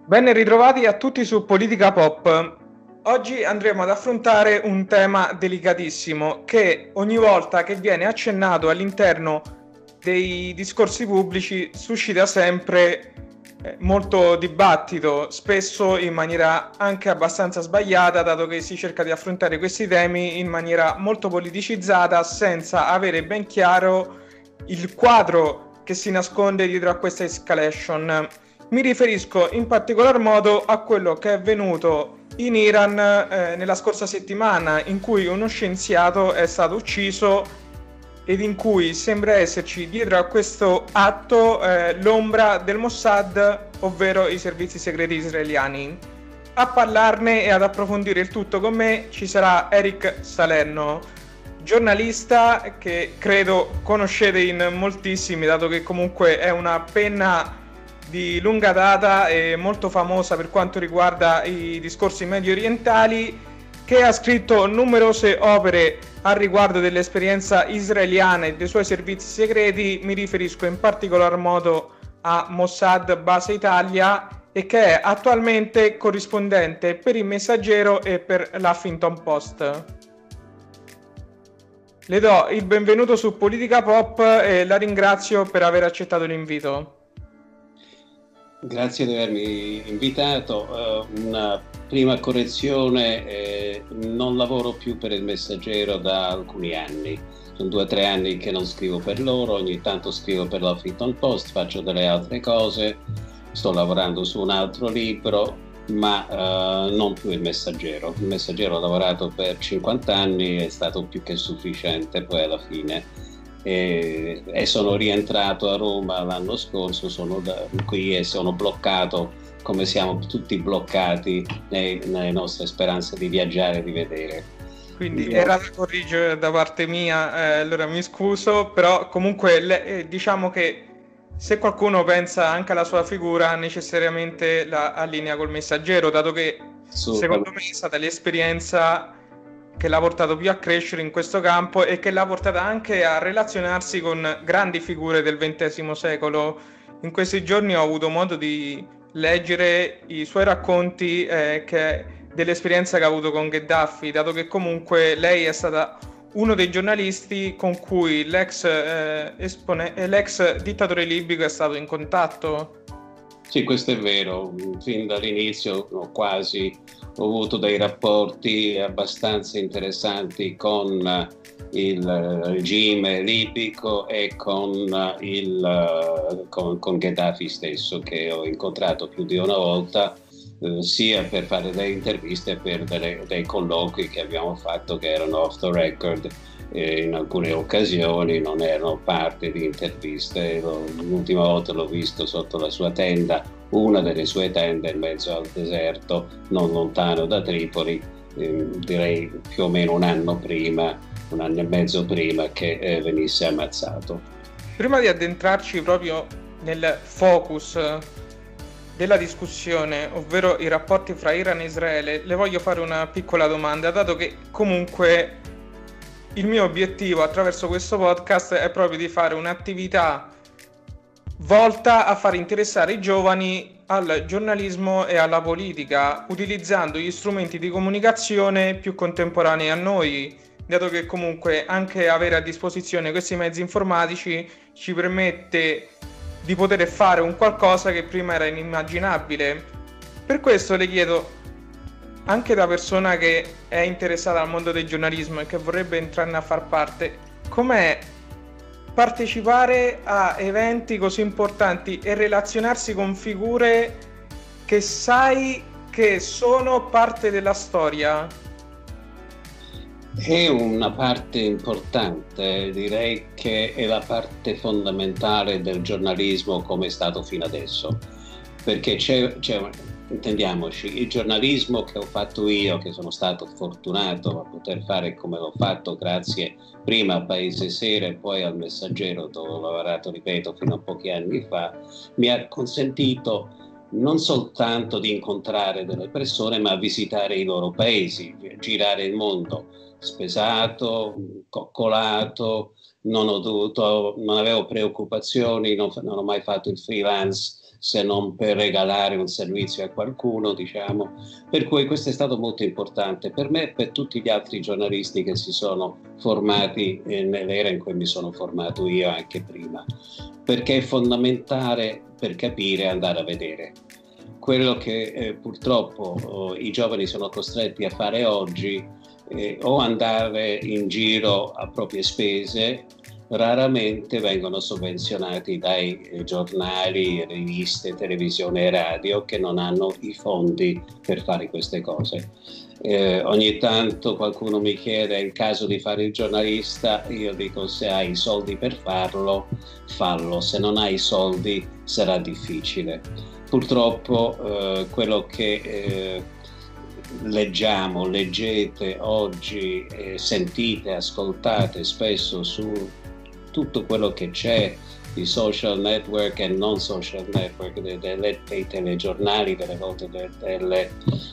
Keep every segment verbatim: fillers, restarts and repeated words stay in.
Ben ritrovati a tutti su Politica Pop. Oggi andremo ad affrontare un tema delicatissimo che ogni volta che viene accennato all'interno dei discorsi pubblici suscita sempre eh, molto dibattito, spesso in maniera anche abbastanza sbagliata, dato che si cerca di affrontare questi temi in maniera molto politicizzata senza avere ben chiaro il quadro che si nasconde dietro a questa escalation. Mi riferisco in particolar modo a quello che è avvenuto in Iran eh, nella scorsa settimana, in cui uno scienziato è stato ucciso ed in cui sembra esserci dietro a questo atto eh, l'ombra del Mossad, ovvero i servizi segreti israeliani. A parlarne e ad approfondire il tutto con me ci sarà Eric Salerno, giornalista che credo conoscete in moltissimi, dato che comunque è una penna di lunga data e molto famosa per quanto riguarda i discorsi medio orientali, che ha scritto numerose opere al riguardo dell'esperienza israeliana e dei suoi servizi segreti. Mi riferisco in particolar modo a Mossad Base Italia, e che è attualmente corrispondente per Il Messaggero e per l'Huffington Post. Le do il benvenuto su Politica Pop e la ringrazio per aver accettato l'invito. Grazie di avermi invitato. Uh, una prima correzione, eh, non lavoro più per Il Messaggero da alcuni anni. Sono due o tre anni che non scrivo per loro, ogni tanto scrivo per l'Huffington Post, faccio delle altre cose, sto lavorando su un altro libro, ma uh, non più Il Messaggero. Il Messaggero ho lavorato per cinquanta anni, è stato più che sufficiente poi alla fine. E, e sono rientrato a Roma l'anno scorso, sono da, qui e sono bloccato, come siamo tutti bloccati nei, nelle nostre speranze di viaggiare e di vedere. Quindi Io... era da correggere da parte mia, eh, allora mi scuso, però comunque le, eh, diciamo che se qualcuno pensa anche alla sua figura necessariamente la allinea col Messaggero, dato che secondo me è stata l'esperienza che l'ha portato più a crescere in questo campo e che l'ha portata anche a relazionarsi con grandi figure del ventesimo secolo. In questi giorni ho avuto modo di leggere i suoi racconti eh, che, dell'esperienza che ha avuto con Gheddafi, dato che comunque lei è stata uno dei giornalisti con cui l'ex, eh, espone- l'ex dittatore libico è stato in contatto. Sì, questo è vero, fin dall'inizio no, quasi ho avuto dei rapporti abbastanza interessanti con il regime libico e con, il, con, con Gheddafi stesso, che ho incontrato più di una volta, eh, sia per fare delle interviste che per delle, dei colloqui che abbiamo fatto che erano off the record. E in alcune occasioni non erano parte di interviste. L'ultima volta l'ho visto sotto la sua tenda, una delle sue tende in mezzo al deserto, non lontano da Tripoli, eh, direi più o meno un anno prima, un anno e mezzo prima che eh, venisse ammazzato. Prima di addentrarci proprio nel focus della discussione, ovvero i rapporti fra Iran e Israele, le voglio fare una piccola domanda, dato che comunque il mio obiettivo attraverso questo podcast è proprio di fare un'attività volta a far interessare i giovani al giornalismo e alla politica, utilizzando gli strumenti di comunicazione più contemporanei a noi, dato che comunque anche avere a disposizione questi mezzi informatici ci permette di poter fare un qualcosa che prima era inimmaginabile. Per questo le chiedo, anche da persona che è interessata al mondo del giornalismo e che vorrebbe entrarne a far parte, com'è partecipare a eventi così importanti e relazionarsi con figure che sai che sono parte della storia? È una parte importante, direi che è la parte fondamentale del giornalismo come è stato fino adesso, perché c'è, c'è intendiamoci, il giornalismo che ho fatto io, che sono stato fortunato a poter fare come l'ho fatto grazie prima a Paese Sera e poi al Messaggero, dove ho lavorato, ripeto, fino a pochi anni fa, mi ha consentito non soltanto di incontrare delle persone, ma visitare i loro paesi, girare il mondo, spesato, coccolato, non ho dovuto, non avevo preoccupazioni, non, non ho mai fatto il freelance se non per regalare un servizio a qualcuno, diciamo. Per cui questo è stato molto importante per me e per tutti gli altri giornalisti che si sono formati eh, nell'era in cui mi sono formato io, anche prima, perché è fondamentale per capire e andare a vedere. Quello che eh, purtroppo oh, i giovani sono costretti a fare oggi eh, o andare in giro a proprie spese, raramente vengono sovvenzionati dai eh, giornali, riviste, televisione e radio che non hanno i fondi per fare queste cose. Eh, ogni tanto qualcuno mi chiede: è il caso di fare il giornalista? Io dico: se hai i soldi per farlo, fallo, se non hai i soldi sarà difficile. Purtroppo eh, quello che eh, leggiamo, leggete oggi, eh, sentite, ascoltate spesso su tutto quello che c'è di social network e non social network, dei, dei, dei telegiornali, delle volte delle, delle,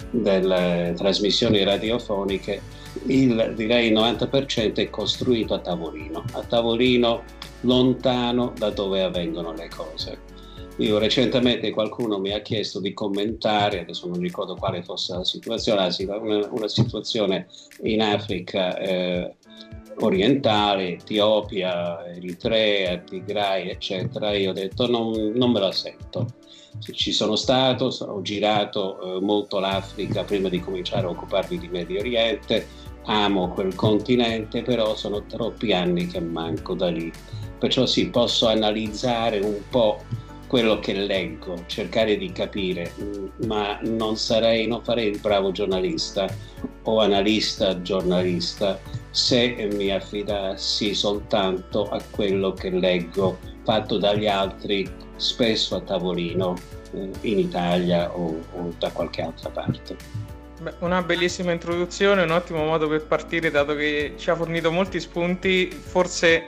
delle trasmissioni radiofoniche, il, direi il novanta per cento è costruito a tavolino, a tavolino lontano da dove avvengono le cose. Io recentemente qualcuno mi ha chiesto di commentare, adesso non ricordo quale fosse la situazione, una, una situazione in Africa eh, orientale, Etiopia, Eritrea, Tigray, eccetera. Io ho detto non, non me la sento. Ci sono stato, ho girato eh, molto l'Africa prima di cominciare a occuparmi di Medio Oriente, amo quel continente, però sono troppi anni che manco da lì. Perciò sì, posso analizzare un po' quello che leggo, cercare di capire, ma non sarei, non farei il bravo giornalista o analista giornalista se mi affidassi soltanto a quello che leggo fatto dagli altri, spesso a tavolino eh, in Italia o, o da qualche altra parte. Beh, una bellissima introduzione, un ottimo modo per partire, dato che ci ha fornito molti spunti. Forse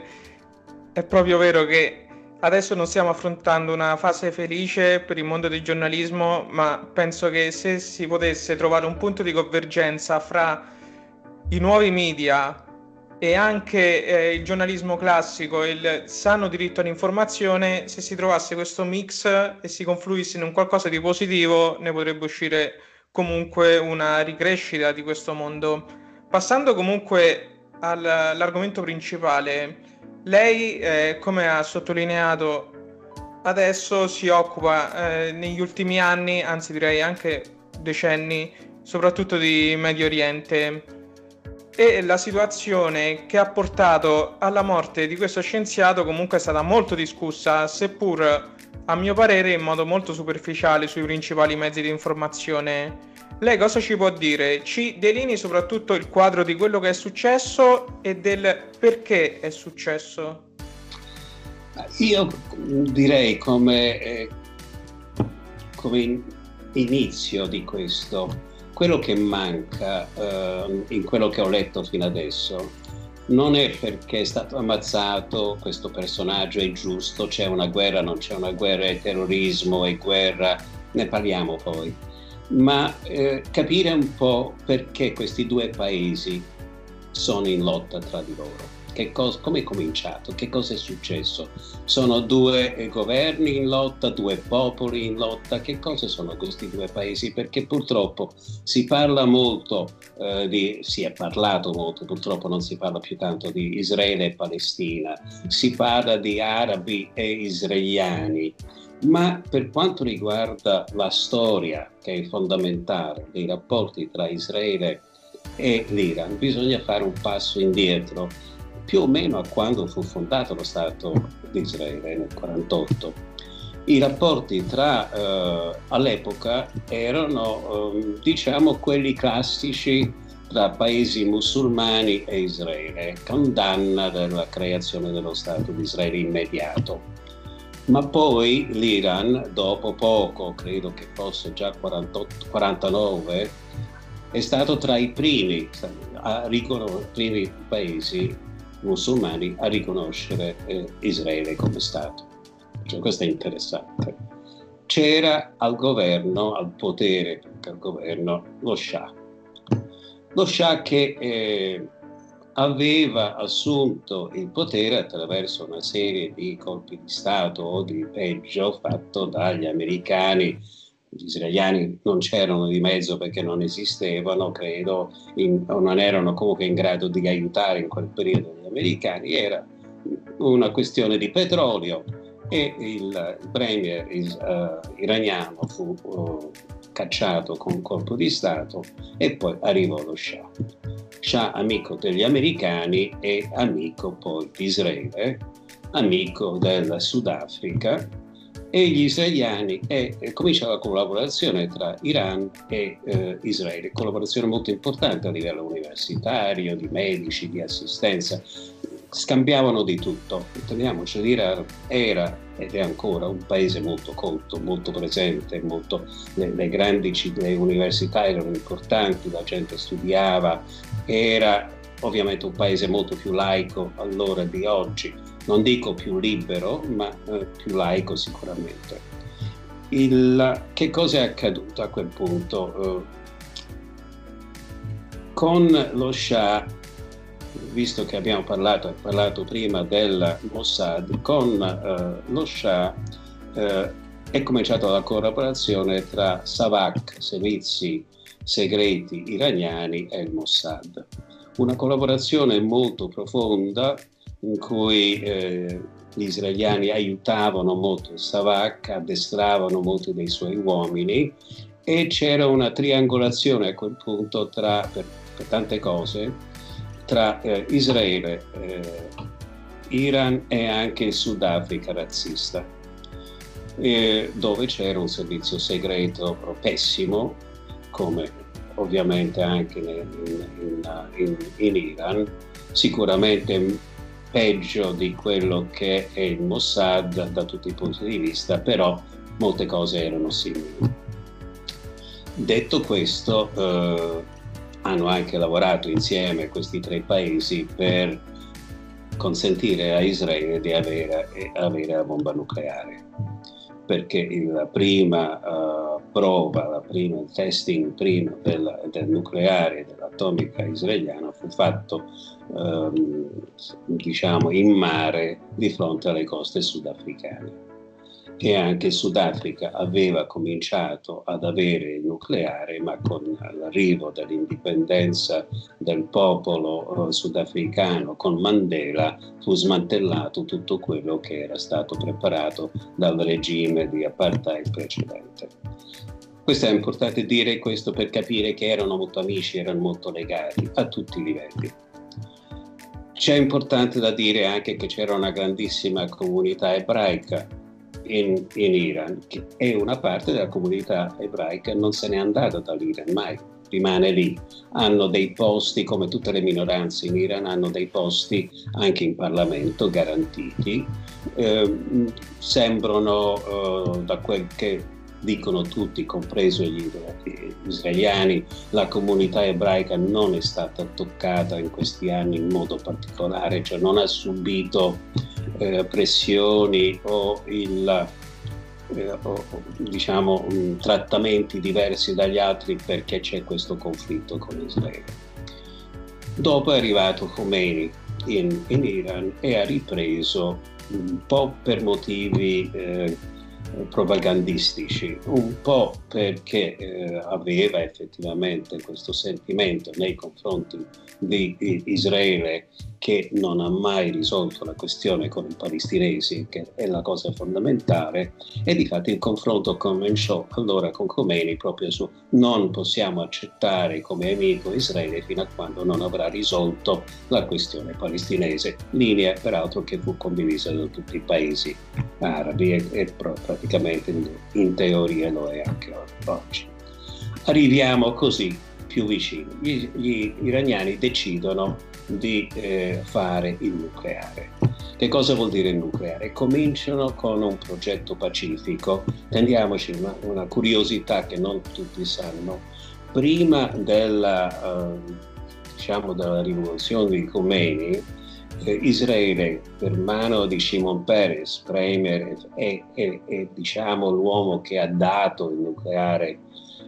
è proprio vero che adesso non stiamo affrontando una fase felice per il mondo del giornalismo, ma penso che se si potesse trovare un punto di convergenza fra i nuovi media e anche eh, il giornalismo classico e il sano diritto all'informazione, se si trovasse questo mix e si confluisse in un qualcosa di positivo, ne potrebbe uscire comunque una ricrescita di questo mondo. Passando comunque al, all'argomento principale, lei, eh, come ha sottolineato, adesso si occupa eh, negli ultimi anni, anzi direi anche decenni, soprattutto di Medio Oriente, e la situazione che ha portato alla morte di questo scienziato comunque è stata molto discussa, seppur a mio parere in modo molto superficiale, sui principali mezzi di informazione. Lei cosa ci può dire? Ci delinei soprattutto il quadro di quello che è successo e del perché è successo? Io direi come, eh, come inizio di questo, quello che manca eh, in quello che ho letto fino adesso non è perché è stato ammazzato questo personaggio, è giusto, c'è una guerra, non c'è una guerra, è terrorismo, è guerra, ne parliamo poi. Ma eh, capire un po' perché questi due paesi sono in lotta tra di loro. Che cosa, come è cominciato? Che cosa è successo? Sono due eh, governi in lotta, due popoli in lotta. Che cosa sono questi due paesi? Perché purtroppo si parla molto eh, di, si è parlato molto, purtroppo non si parla più tanto di Israele e Palestina, si parla di arabi e israeliani. Ma per quanto riguarda la storia, che è fondamentale, dei rapporti tra Israele e l'Iran, bisogna fare un passo indietro, più o meno a quando fu fondato lo Stato di Israele nel quarantotto. I rapporti tra, eh, all'epoca erano, eh, diciamo, quelli classici tra paesi musulmani e Israele, condanna della creazione dello Stato di Israele immediato. Ma poi l'Iran, dopo poco, credo che fosse già quarantotto, quarantanove, è stato tra i primi, a riconos- primi paesi musulmani a riconoscere eh, Israele come Stato. Cioè, questo è interessante. C'era al governo, al potere al governo, lo Shah. Lo Shah che eh, aveva assunto il potere attraverso una serie di colpi di Stato o di peggio fatto dagli americani. Gli israeliani non c'erano di mezzo perché non esistevano, credo, in, o non erano comunque in grado di aiutare in quel periodo gli americani. Era una questione di petrolio e il premier uh, iraniano fu uh, cacciato con un colpo di Stato e poi arrivò lo Shah. Shah amico degli americani e amico poi di Israele, amico del Sudafrica, e gli israeliani, e, e comincia la collaborazione tra Iran e eh, Israele, collaborazione molto importante a livello universitario, di medici, di assistenza, scambiavano di tutto. Intendiamoci, l'Iran era ed è ancora un paese molto colto, molto presente, molto, le, le grandi le università erano importanti, la gente studiava, era ovviamente un paese molto più laico allora di oggi, non dico più libero, ma eh, più laico sicuramente. Il, che cosa è accaduto a quel punto? Eh, con lo Shah, visto che abbiamo parlato, parlato prima del Mossad, con eh, lo Shah eh, è cominciata la collaborazione tra Savak, servizi segreti iraniani, e il Mossad. Una collaborazione molto profonda in cui eh, gli israeliani aiutavano molto il Savak, addestravano molti dei suoi uomini e c'era una triangolazione a quel punto tra, per, per tante cose, tra eh, Israele, eh, Iran e anche il Sudafrica razzista, eh, dove c'era un servizio segreto pessimo, come ovviamente anche in, in, in, in Iran, sicuramente peggio di quello che è il Mossad da tutti i punti di vista, però molte cose erano simili. Detto questo, eh, hanno anche lavorato insieme questi tre paesi per consentire a Israele di avere, avere la bomba nucleare, perché la prima uh, prova, la prima, il testing prima del, del nucleare, dell'atomica israeliana fu fatto um, diciamo in mare di fronte alle coste sudafricane. E anche il Sudafrica aveva cominciato ad avere il nucleare, ma con l'arrivo dell'indipendenza del popolo eh, sudafricano con Mandela fu smantellato tutto quello che era stato preparato dal regime di apartheid precedente. Questo è importante dire questo per capire che erano molto amici, erano molto legati a tutti i livelli. C'è importante da dire anche che c'era una grandissima comunità ebraica In, in Iran, che è una parte della comunità ebraica, non se n'è andata dall'Iran mai, rimane lì. Hanno dei posti, come tutte le minoranze in Iran, hanno dei posti anche in Parlamento garantiti. Eh, sembrano, eh, da quel che dicono tutti, compreso gli, gli israeliani, la comunità ebraica non è stata toccata in questi anni in modo particolare, cioè non ha subito eh, pressioni o, il, eh, o diciamo mh, trattamenti diversi dagli altri perché c'è questo conflitto con Israele. Dopo è arrivato Khomeini in, in Iran e ha ripreso un po' per motivi eh, propagandistici, un po' perché eh, aveva effettivamente questo sentimento nei confronti di, di Israele, che non ha mai risolto la questione con i palestinesi, che è la cosa fondamentale, e difatti il confronto cominciò allora con Khomeini proprio su non possiamo accettare come amico Israele fino a quando non avrà risolto la questione palestinese, linea peraltro che fu condivisa da tutti i paesi arabi e, e praticamente in, in teoria lo è anche oggi. Arriviamo così più vicini. Gli, gli iraniani decidono di eh, fare il nucleare. Che cosa vuol dire il nucleare? Cominciano con un progetto pacifico. Tendiamoci una, una curiosità che non tutti sanno. Prima della, uh, diciamo della rivoluzione di Khomeini, eh, Israele, per mano di Shimon Peres, premier, è, è, è diciamo l'uomo che ha dato il nucleare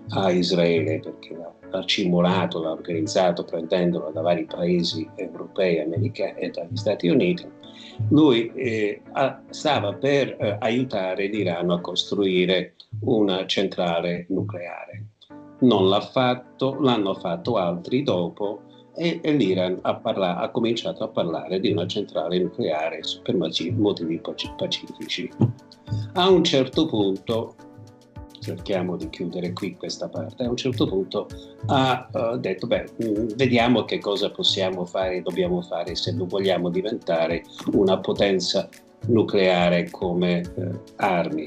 a Israele, perché l'ha simulato, l'ha organizzato prendendolo da vari paesi europei, americani e dagli Stati Uniti. Lui eh, stava per eh, aiutare l'Iran a costruire una centrale nucleare. Non l'ha fatto, l'hanno fatto altri dopo, e, e l'Iran ha, parla- ha cominciato a parlare di una centrale nucleare per motivi pacifici. A un certo punto, cerchiamo di chiudere qui questa parte, a un certo punto ha uh, detto, beh, mh, vediamo che cosa possiamo fare, dobbiamo fare se non vogliamo diventare una potenza nucleare come uh, armi.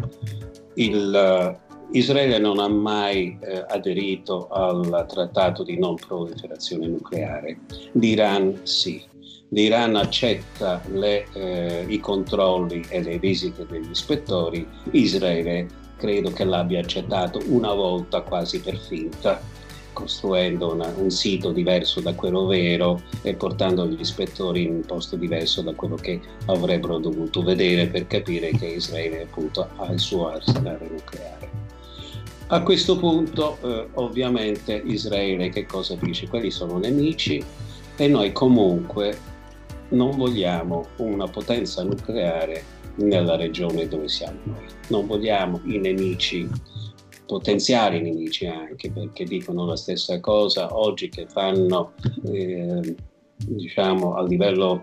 Il, uh, Israele non ha mai uh, aderito al trattato di non proliferazione nucleare, l'Iran sì. L'Iran accetta le, eh, i controlli e le visite degli ispettori, Israele credo che l'abbia accettato una volta quasi per finta, costruendo una, un sito diverso da quello vero e portando gli ispettori in un posto diverso da quello che avrebbero dovuto vedere per capire che Israele appunto ha il suo arsenale nucleare. A questo punto eh, ovviamente Israele che cosa dice? Quelli sono nemici e noi comunque non vogliamo una potenza nucleare nella regione dove siamo noi. Non vogliamo i nemici, potenziali nemici anche, perché dicono la stessa cosa oggi che fanno, eh, diciamo, a livello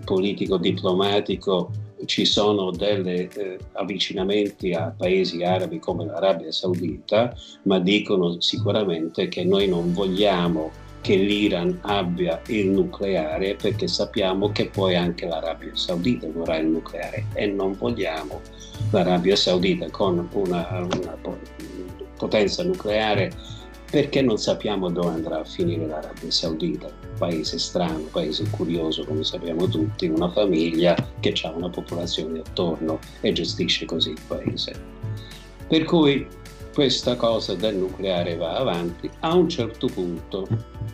politico-diplomatico ci sono degli eh, avvicinamenti a paesi arabi come l'Arabia Saudita, ma dicono sicuramente che noi non vogliamo che l'Iran abbia il nucleare perché sappiamo che poi anche l'Arabia Saudita vorrà il nucleare e non vogliamo l'Arabia Saudita con una, una potenza nucleare perché non sappiamo dove andrà a finire l'Arabia Saudita, paese strano, paese curioso come sappiamo tutti, una famiglia che ha una popolazione attorno e gestisce così il paese. Per cui questa cosa del nucleare va avanti. A un certo punto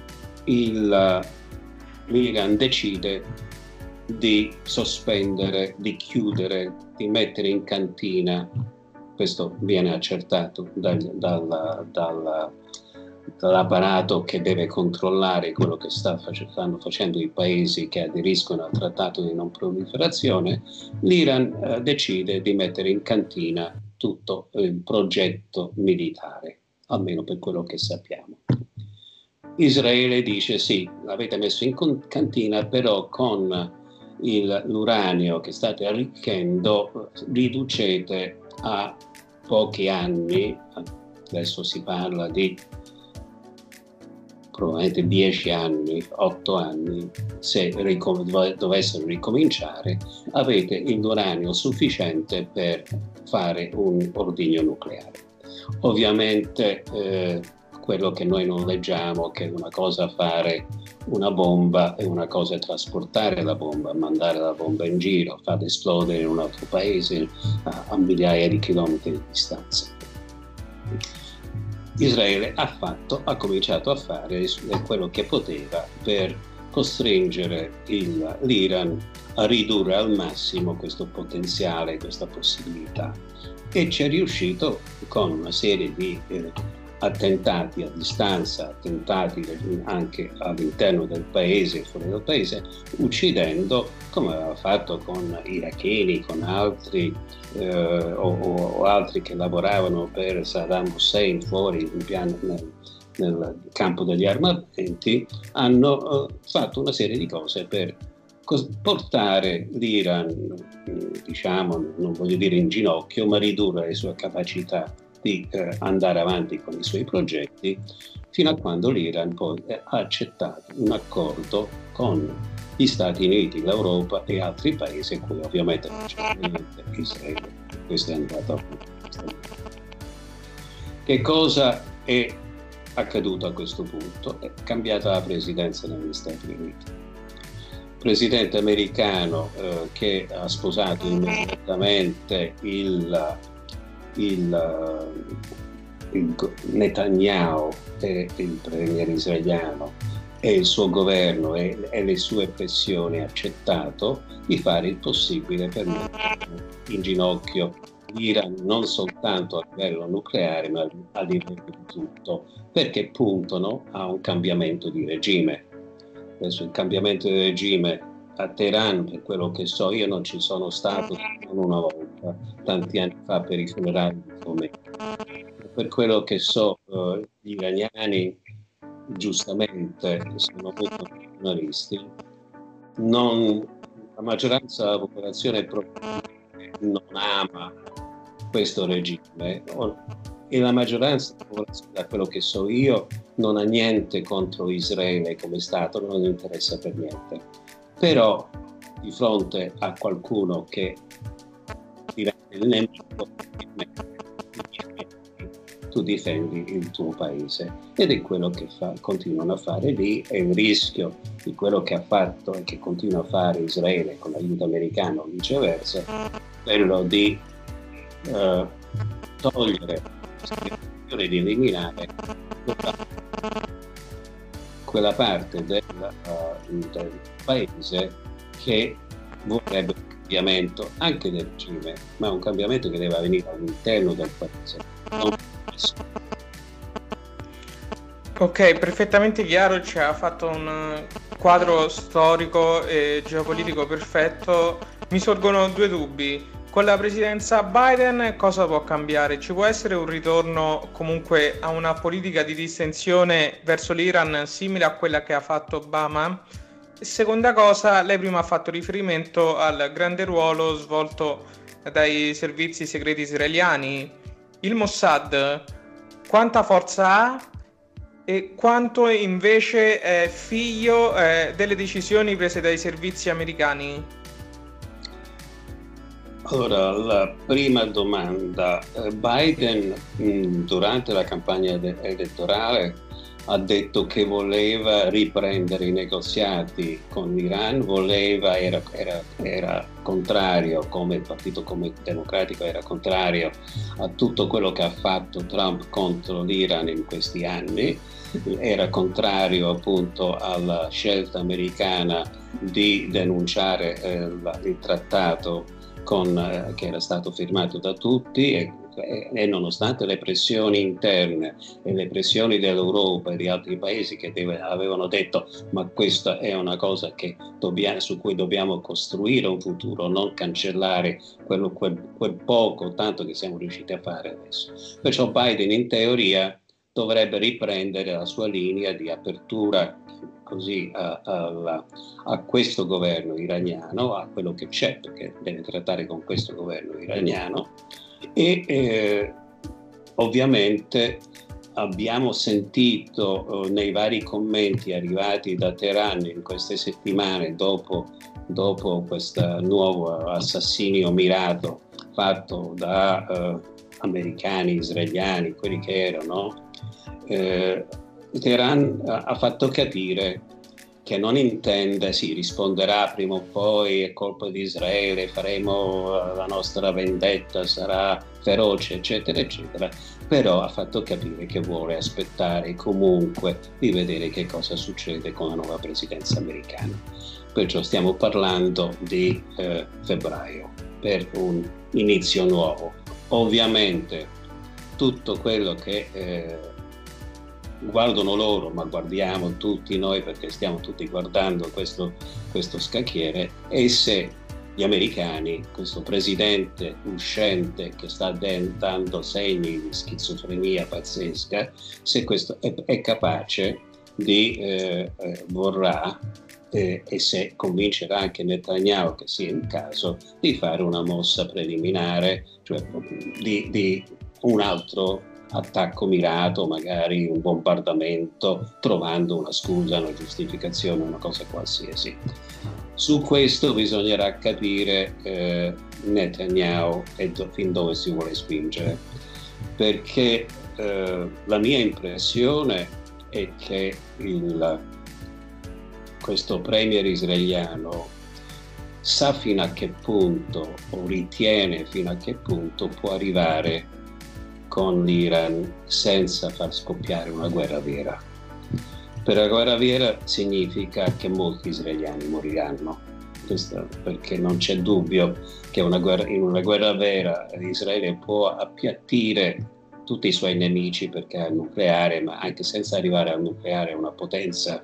il, l'Iran decide di sospendere, di chiudere, di mettere in cantina, questo viene accertato dal, dal, dal, dall'apparato che deve controllare quello che sta face, stanno facendo i paesi che aderiscono al trattato di non proliferazione, l'Iran eh, decide di mettere in cantina tutto il progetto militare, almeno per quello che sappiamo. Israele dice sì, l'avete messo in cantina, però con il, l'uranio che state arricchendo riducete a pochi anni, adesso si parla di probabilmente dieci anni, otto anni, se ricom- dovessero ricominciare, avete l'uranio sufficiente per fare un ordigno nucleare. Ovviamente eh, quello che noi non leggiamo, che è una cosa fare una bomba e una cosa è trasportare la bomba, mandare la bomba in giro, farla esplodere in un altro paese a, a migliaia di chilometri di distanza. Israele ha fatto, ha cominciato a fare quello che poteva per costringere il, l'Iran a ridurre al massimo questo potenziale, questa possibilità, e ci è riuscito con una serie di eh, attentati a distanza, attentati anche all'interno del paese e fuori dal paese, uccidendo, come aveva fatto con iracheni, con altri eh, o, o altri che lavoravano per Saddam Hussein fuori in piano, nel, nel campo degli armamenti, hanno eh, fatto una serie di cose per portare l'Iran, diciamo, non voglio dire in ginocchio, ma ridurre le sue capacità di eh, andare avanti con i suoi progetti, fino a quando l'Iran poi ha accettato un accordo con gli Stati Uniti, l'Europa e altri paesi, a cui ovviamente non c'è niente Israele. Questo è andato a Che cosa è accaduto a questo punto? È cambiata la presidenza negli Stati Uniti. Presidente americano eh, che ha sposato immediatamente il, il, il Netanyahu, e il premier israeliano, e il suo governo e, e le sue pressioni, ha accettato di fare il possibile per mettere in ginocchio l'Iran non soltanto a livello nucleare ma a livello di tutto, perché puntano a un cambiamento di regime. Adesso il cambiamento di regime a Teheran, per quello che so, io non ci sono stato non una volta, tanti anni fa per i funerali di Khomeini. Per quello che so, eh, gli iraniani giustamente sono molto nazionalisti, non, la maggioranza della popolazione non ama questo regime e la maggioranza della popolazione, da quello che so io, non ha niente contro Israele come Stato, non gli interessa per niente. Però di fronte a qualcuno che diventa il nemico, tu difendi il tuo paese, ed è quello che fa, continuano a fare lì. È il rischio di quello che ha fatto e che continua a fare Israele con l'aiuto americano o viceversa, quello di eh, togliere, di eliminare quella parte del, uh, del paese che vorrebbe un cambiamento anche del regime, ma un cambiamento che deve avvenire all'interno del paese. Non Ok, perfettamente chiaro, ci ha fatto un quadro storico e geopolitico perfetto. Mi sorgono due dubbi. Con la presidenza Biden cosa può cambiare? Ci può essere un ritorno comunque a una politica di distensione verso l'Iran simile a quella che ha fatto Obama? Seconda cosa, lei prima ha fatto riferimento al grande ruolo svolto dai servizi segreti israeliani. Il Mossad quanta forza ha e quanto invece è figlio eh, delle decisioni prese dai servizi americani? Allora, la prima domanda. Biden mh, durante la campagna de- elettorale ha detto che voleva riprendere i negoziati con l'Iran, voleva, era, era, era contrario, come il Partito Democratico era contrario a tutto quello che ha fatto Trump contro l'Iran in questi anni, era contrario appunto alla scelta americana di denunciare eh, il trattato con, eh, che era stato firmato da tutti e, e, e nonostante le pressioni interne e le pressioni dell'Europa e di altri paesi che deve, avevano detto ma questa è una cosa che dobbiamo, su cui dobbiamo costruire un futuro, non cancellare quello, quel, quel poco, tanto che siamo riusciti a fare adesso. Perciò Biden in teoria dovrebbe riprendere la sua linea di apertura così a, a, a questo governo iraniano, a quello che c'è, perché deve trattare con questo governo iraniano e eh, ovviamente abbiamo sentito eh, nei vari commenti arrivati da Teheran in queste settimane dopo, dopo questo nuovo assassinio mirato fatto da eh, americani, israeliani, quelli che erano, eh, Teheran ha fatto capire che non intende, sì, risponderà prima o poi, è colpa di Israele, faremo la nostra vendetta, sarà feroce, eccetera, eccetera, però ha fatto capire che vuole aspettare comunque di vedere che cosa succede con la nuova presidenza americana. Perciò stiamo parlando di eh, febbraio per un inizio nuovo. Ovviamente tutto quello che eh, guardano loro, ma guardiamo tutti noi perché stiamo tutti guardando questo, questo scacchiere, e se gli americani, questo presidente uscente che sta dando segni di schizofrenia pazzesca, se questo è, è capace di, eh, eh, vorrà, eh, e se convincerà anche Netanyahu che sia il caso, di fare una mossa preliminare, cioè di, di un altro attacco mirato, magari un bombardamento, trovando una scusa, una giustificazione, una cosa qualsiasi. Su questo bisognerà capire eh, Netanyahu e do, fin dove si vuole spingere, perché eh, la mia impressione è che il, questo premier israeliano sa fino a che punto, o ritiene fino a che punto può arrivare con l'Iran senza far scoppiare una guerra vera. Per la guerra vera significa che molti israeliani moriranno, questo, perché non c'è dubbio che una guerra, in una guerra vera Israele può appiattire tutti i suoi nemici perché è nucleare, ma anche senza arrivare al nucleare è una potenza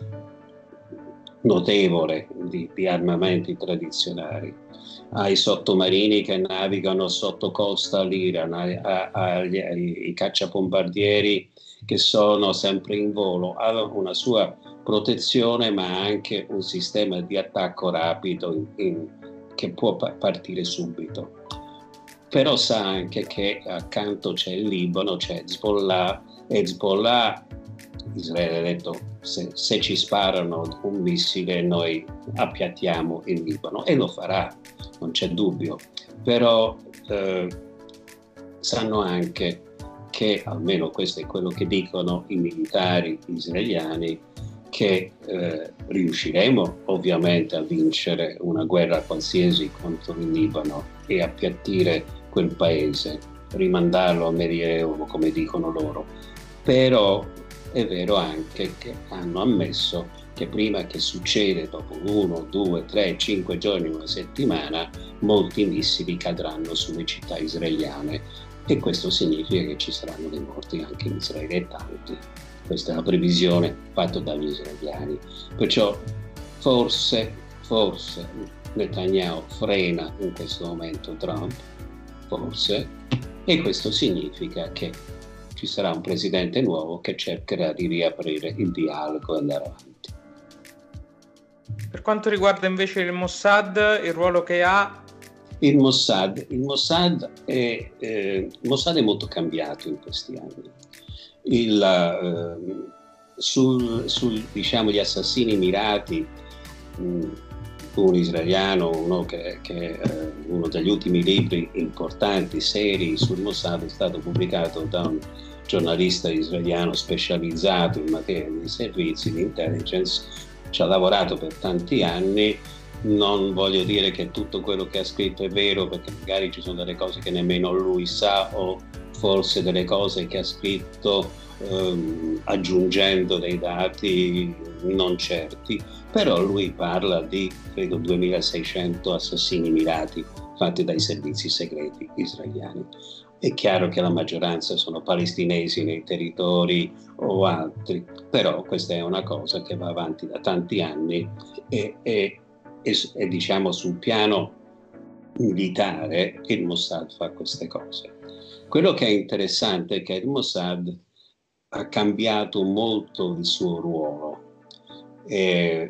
notevole di, di armamenti tradizionali. Ha i sottomarini che navigano sotto costa all'Iran, ha, ha, ha i, i cacciabombardieri che sono sempre in volo, ha una sua protezione ma anche un sistema di attacco rapido in, in, che può pa- partire subito. Però sa anche che accanto c'è il Libano, c'è Hezbollah, Hezbollah, Israele ha detto se, se ci sparano un missile noi appiattiamo il Libano, e lo farà, non c'è dubbio, però eh, sanno anche che, almeno questo è quello che dicono i militari israeliani, che eh, riusciremo ovviamente a vincere una guerra qualsiasi contro il Libano e appiattire quel paese, rimandarlo a Medioevo come dicono loro. Però è vero anche che hanno ammesso che prima che succede, dopo uno, due, tre, cinque giorni, una settimana, molti missili cadranno sulle città israeliane, e questo significa che ci saranno dei morti anche in Israele, e tanti. Questa è la previsione fatta dagli israeliani. Perciò forse, forse Netanyahu frena in questo momento Trump, forse, e questo significa che ci sarà un presidente nuovo che cercherà di riaprire il dialogo e andare avanti. Per quanto riguarda invece il Mossad, il ruolo che ha? Il Mossad, il Mossad, è, eh, il Mossad è molto cambiato in questi anni. Il, eh, sul, sul, diciamo, gli assassini mirati, mh, un israeliano, uno che, che eh, uno degli ultimi libri importanti, seri sul Mossad, è stato pubblicato da un giornalista israeliano specializzato in materia di servizi di intelligence, ci ha lavorato per tanti anni. Non voglio dire che tutto quello che ha scritto è vero, perché magari ci sono delle cose che nemmeno lui sa, o forse delle cose che ha scritto ehm, aggiungendo dei dati non certi, però lui parla di, credo, duemilaseicento assassini mirati fatti dai servizi segreti israeliani. È chiaro che la maggioranza sono palestinesi nei territori o altri, però questa è una cosa che va avanti da tanti anni e, e, e, e diciamo sul piano militare il Mossad fa queste cose. Quello che è interessante è che il Mossad ha cambiato molto il suo ruolo. E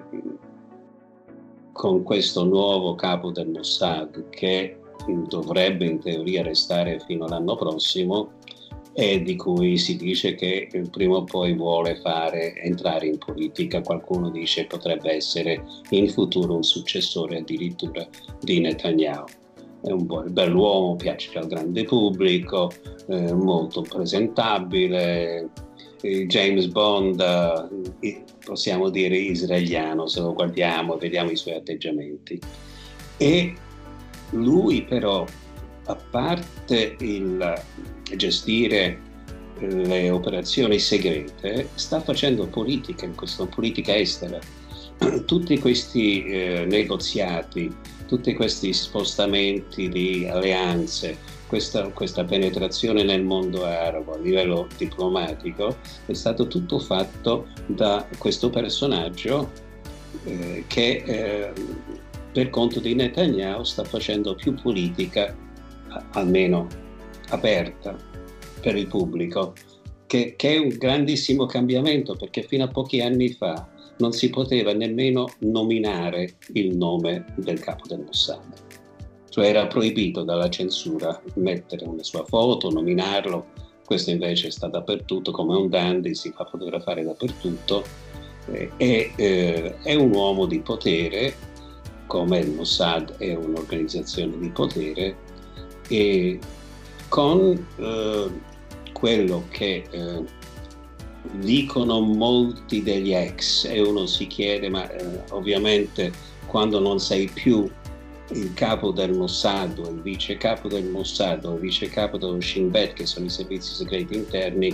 con questo nuovo capo del Mossad, che dovrebbe in teoria restare fino all'anno prossimo, e di cui si dice che prima o poi vuole fare entrare in politica. Qualcuno dice potrebbe essere in futuro un successore addirittura di Netanyahu. È un buon, bell'uomo, piace al grande pubblico, eh, molto presentabile, eh, James Bond, eh, possiamo dire israeliano, se lo guardiamo e vediamo i suoi atteggiamenti. E lui però, a parte il gestire le operazioni segrete, sta facendo politica, in questa politica estera. Tutti questi eh, negoziati, tutti questi spostamenti di alleanze, questa, questa penetrazione nel mondo arabo a livello diplomatico, è stato tutto fatto da questo personaggio eh, che eh, per conto di Netanyahu sta facendo più politica, almeno aperta per il pubblico, che, che è un grandissimo cambiamento, perché fino a pochi anni fa non si poteva nemmeno nominare il nome del capo del Mossad. Cioè era proibito dalla censura mettere una sua foto, nominarlo. Questo invece sta dappertutto come un dandy, si fa fotografare dappertutto, eh, e eh, è un uomo di potere, come il Mossad è un'organizzazione di potere, e con eh, quello che eh, dicono molti degli ex, e uno si chiede, ma eh, ovviamente quando non sei più il capo del Mossad o il vice capo del Mossad o il vice capo dello Shin Bet, che sono i servizi segreti interni,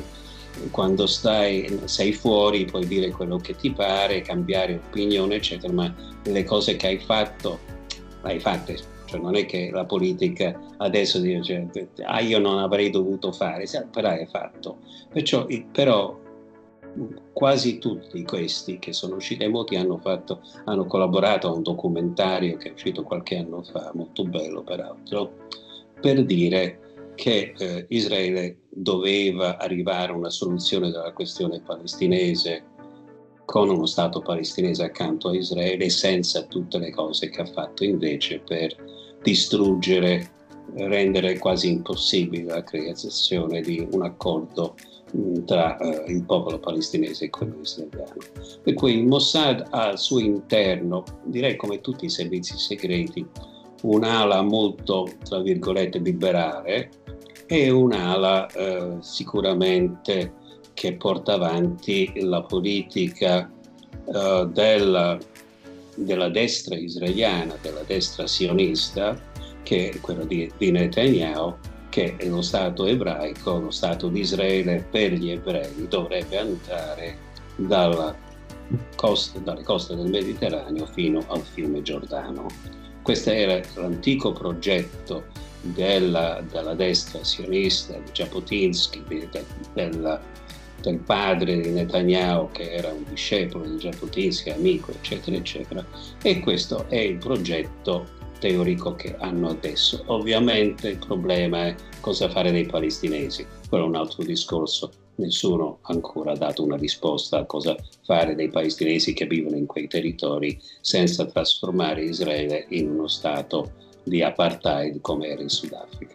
quando stai, sei fuori puoi dire quello che ti pare, cambiare opinione, eccetera, ma le cose che hai fatto, le hai fatte. Cioè non è che la politica adesso dice, ah, io non avrei dovuto fare, però hai fatto. Perciò, però quasi tutti questi che sono usciti, molti hanno, fatto, hanno collaborato a un documentario che è uscito qualche anno fa, molto bello peraltro, per dire che eh, Israele doveva arrivare a una soluzione della questione palestinese con uno Stato palestinese accanto a Israele, senza tutte le cose che ha fatto invece per distruggere, rendere quasi impossibile la creazione di un accordo mh, tra uh, il popolo palestinese e quello israeliano. Per cui il Mossad ha al suo interno, direi come tutti i servizi segreti, un'ala molto, tra virgolette, liberale e un'ala uh, sicuramente che porta avanti la politica uh, della, della destra israeliana, della destra sionista, che è quella di, di Netanyahu, che è lo Stato ebraico, lo Stato di Israele per gli ebrei dovrebbe andare dalla costa, dalle coste del Mediterraneo fino al fiume Giordano. Questo era l'antico progetto della, della destra sionista, di Jabotinsky, del, del, del padre di Netanyahu, che era un discepolo di Jabotinsky, amico, eccetera, eccetera. E questo è il progetto teorico che hanno adesso. Ovviamente il problema è cosa fare dei palestinesi, quello è un altro discorso. Nessuno ha ancora dato una risposta a cosa fare dei palestinesi che vivono in quei territori senza trasformare Israele in uno stato di apartheid come era in Sudafrica.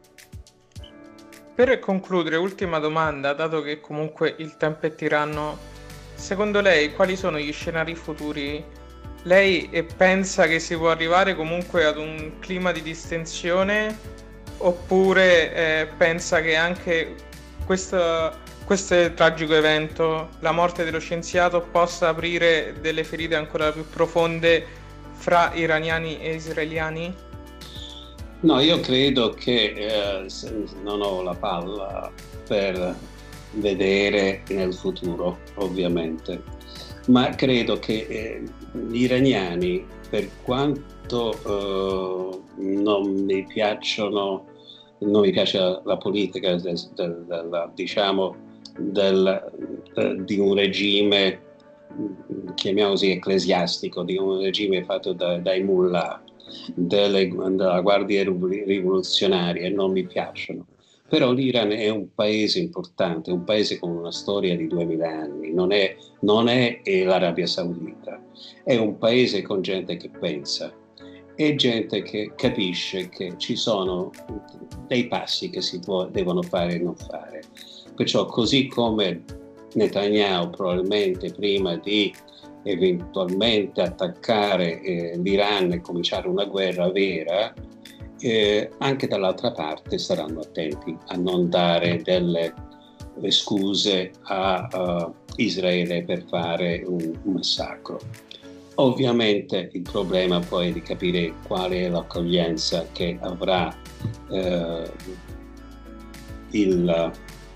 Per concludere, ultima domanda, dato che comunque il tempo è tiranno, secondo lei quali sono gli scenari futuri? Lei pensa che si può arrivare comunque ad un clima di distensione, oppure eh, pensa che anche questo, questo tragico evento, la morte dello scienziato, possa aprire delle ferite ancora più profonde fra iraniani e israeliani? No, io credo che eh, non ho la palla per vedere nel futuro, ovviamente, ma credo che eh, gli iraniani, per quanto eh, non mi piacciono, non mi piace la, la politica del, del, del, diciamo del, del, di un regime, chiamiamo così, ecclesiastico, di un regime fatto da, dai mullah, delle, della guardia rivoluzionaria, non mi piacciono. Però l'Iran è un paese importante, un paese con una storia di duemila anni, non è, non è l'Arabia Saudita, è un paese con gente che pensa e gente che capisce che ci sono dei passi che si può, devono fare e non fare. Perciò così come Netanyahu probabilmente prima di eventualmente attaccare eh, l'Iran e cominciare una guerra vera, eh, anche dall'altra parte saranno attenti a non dare delle scuse a uh, Israele per fare un, un massacro. Ovviamente il problema poi è di capire qual è l'accoglienza che avrà eh, il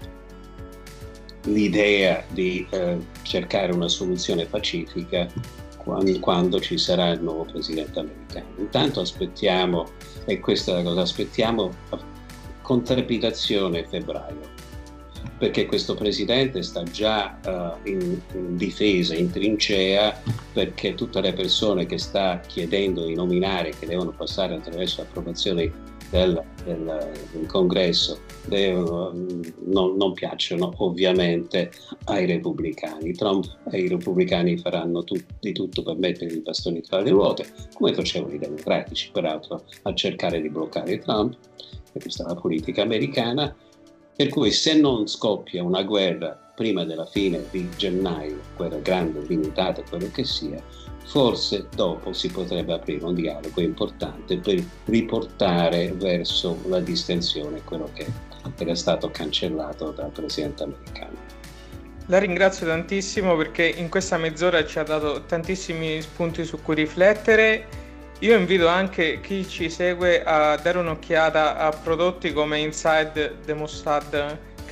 l'idea di eh, cercare una soluzione pacifica quando, quando ci sarà il nuovo presidente americano. Intanto aspettiamo, e questa è la cosa, aspettiamo con trepidazione febbraio, perché questo presidente sta già uh, in, in difesa, in trincea, perché tutte le persone che sta chiedendo di nominare, che devono passare attraverso l'approvazione del, del, del congresso, devono, non, non piacciono ovviamente ai repubblicani. Trump e i repubblicani faranno tut, di tutto per mettere i bastoni tra le ruote, come facevano i democratici, peraltro, a cercare di bloccare Trump, e questa è la politica americana. Per cui se non scoppia una guerra prima della fine di gennaio, guerra grande, limitata, quello che sia, forse dopo si potrebbe aprire un dialogo importante per riportare verso la distensione quello che era stato cancellato dal presidente americano. La ringrazio tantissimo perché in questa mezz'ora ci ha dato tantissimi spunti su cui riflettere. Io invito anche chi ci segue a dare un'occhiata a prodotti come Inside the Mossad, che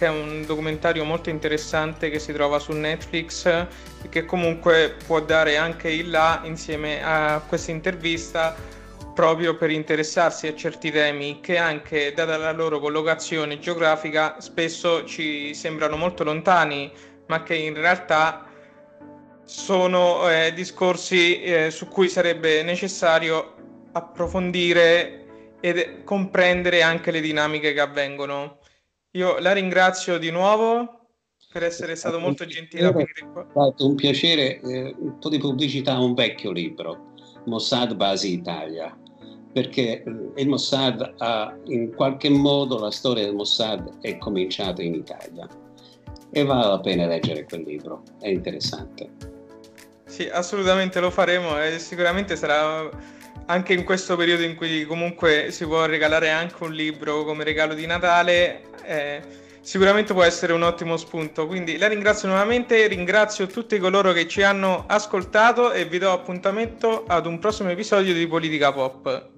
che è un documentario molto interessante che si trova su Netflix e che comunque può dare anche il là insieme a questa intervista, proprio per interessarsi a certi temi che, anche data la loro collocazione geografica, spesso ci sembrano molto lontani, ma che in realtà sono eh, discorsi eh, su cui sarebbe necessario approfondire ed comprendere anche le dinamiche che avvengono. Io la ringrazio di nuovo per essere stato molto gentile a venire qua. È stato un piacere, eh, un po' di pubblicità a un vecchio libro, Mossad Basi Italia, perché il Mossad ha, in qualche modo, la storia del Mossad è cominciata in Italia e vale la pena leggere quel libro, è interessante. Sì, assolutamente lo faremo e sicuramente sarà anche in questo periodo in cui comunque si può regalare anche un libro come regalo di Natale, eh, sicuramente può essere un ottimo spunto. Quindi la ringrazio nuovamente, ringrazio tutti coloro che ci hanno ascoltato e vi do appuntamento ad un prossimo episodio di Politica Pop.